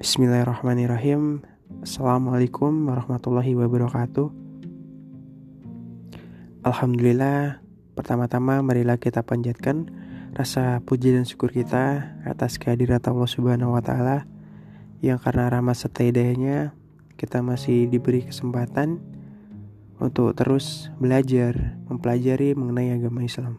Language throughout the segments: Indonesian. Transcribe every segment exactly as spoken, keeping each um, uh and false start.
Bismillahirrahmanirrahim. Assalamualaikum warahmatullahi wabarakatuh. Alhamdulillah, pertama-tama marilah kita panjatkan rasa puji dan syukur kita atas kehadirat Allah Subhanahu wa taala yang karena rahmat serta hidayahnya kita masih diberi kesempatan untuk terus belajar, mempelajari mengenai agama Islam.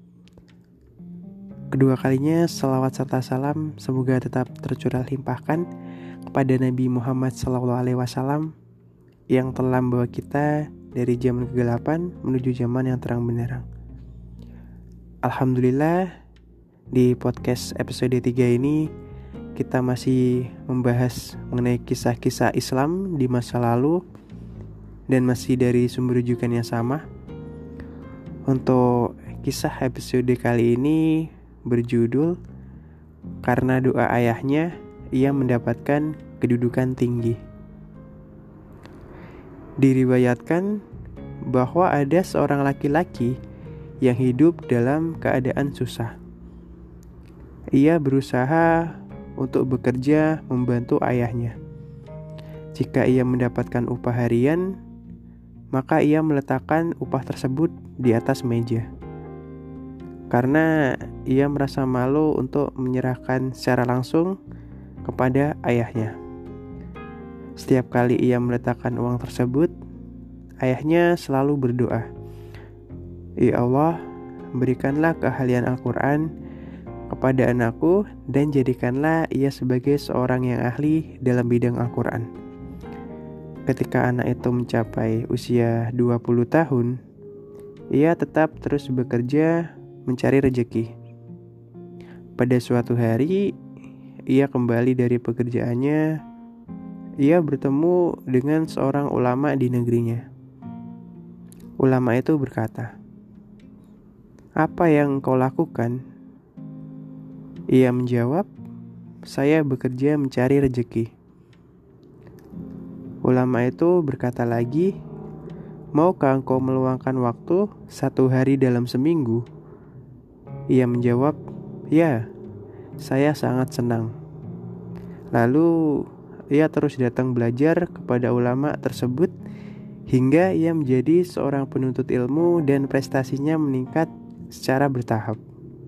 Kedua kalinya salawat serta salam semoga tetap tercurah limpahkan kepada Nabi Muhammad shallallahu alaihi wasallam yang telah membawa kita dari zaman kegelapan menuju zaman yang terang benderang. Alhamdulillah, di podcast episode tiga ini kita masih membahas mengenai kisah-kisah Islam di masa lalu dan masih dari sumber rujukan yang sama. Untuk kisah episode kali ini berjudul Karena Doa Ayahnya Ia Mendapatkan Kedudukan Tinggi. Diriwayatkan bahwa ada seorang laki-laki yang hidup dalam keadaan susah. Ia berusaha untuk bekerja membantu ayahnya. Jika ia mendapatkan upah harian, maka ia meletakkan upah tersebut di atas meja. Karena ia merasa malu untuk menyerahkan secara langsung kepada ayahnya. Setiap kali ia meletakkan uang tersebut, ayahnya selalu berdoa, "Ya Allah, berikanlah keahlian Al-Quran kepada anakku dan jadikanlah ia sebagai seorang yang ahli dalam bidang Al-Quran." Ketika anak itu mencapai usia dua puluh tahun, ia tetap terus bekerja mencari rezeki. Pada suatu hari, ia kembali dari pekerjaannya. Ia bertemu dengan seorang ulama di negerinya. Ulama itu berkata, "Apa yang kau lakukan?" Ia menjawab, "Saya bekerja mencari rezeki." Ulama itu berkata lagi, "Maukah engkau meluangkan waktu satu hari dalam seminggu?" Ia menjawab, "Ya, saya sangat senang." Lalu ia terus datang belajar kepada ulama tersebut hingga ia menjadi seorang penuntut ilmu dan prestasinya meningkat secara bertahap.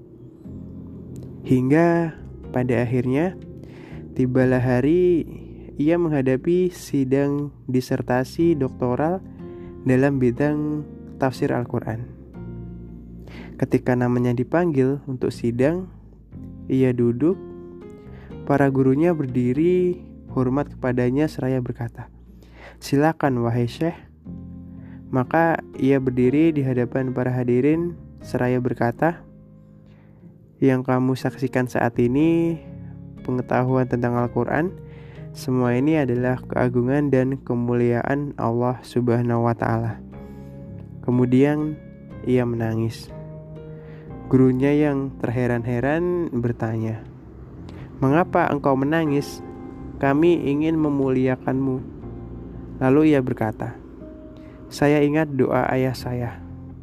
Hingga pada akhirnya tibalah hari ia menghadapi sidang disertasi doktoral dalam bidang tafsir Al-Quran. Ketika namanya dipanggil untuk sidang, ia duduk. Para gurunya berdiri hormat kepadanya seraya berkata, "Silakan wahai Syekh." Maka ia berdiri di hadapan para hadirin seraya berkata, "Yang kamu saksikan saat ini pengetahuan tentang Al-Quran. Semua ini adalah keagungan dan kemuliaan Allah Subhanahu wa taala." Kemudian ia menangis. Gurunya yang terheran-heran bertanya, "Mengapa engkau menangis? Kami ingin memuliakanmu." Lalu ia berkata, "Saya ingat doa ayah saya.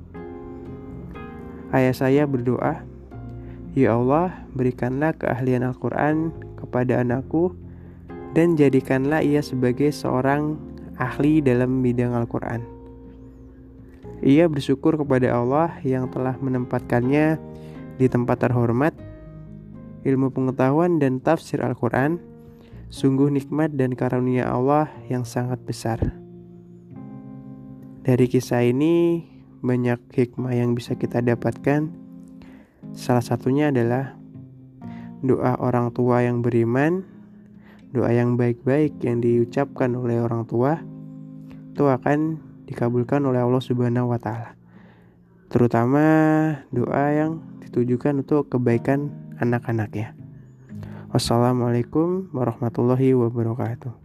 Ayah saya berdoa, 'Ya Allah, berikanlah keahlian Al-Quran kepada anakku dan jadikanlah ia sebagai seorang ahli dalam bidang Al-Quran.' Ia bersyukur kepada Allah yang telah menempatkannya di tempat terhormat. Ilmu pengetahuan dan tafsir Al-Quran sungguh nikmat dan karunia Allah yang sangat besar." Dari kisah ini banyak hikmah yang bisa kita dapatkan. Salah satunya adalah doa orang tua yang beriman, doa yang baik-baik yang diucapkan oleh orang tua itu akan dikabulkan oleh Allah Subhanahu wa taala. Terutama doa yang ditujukan untuk kebaikan anak-anaknya. Wassalamualaikum warahmatullahi wabarakatuh.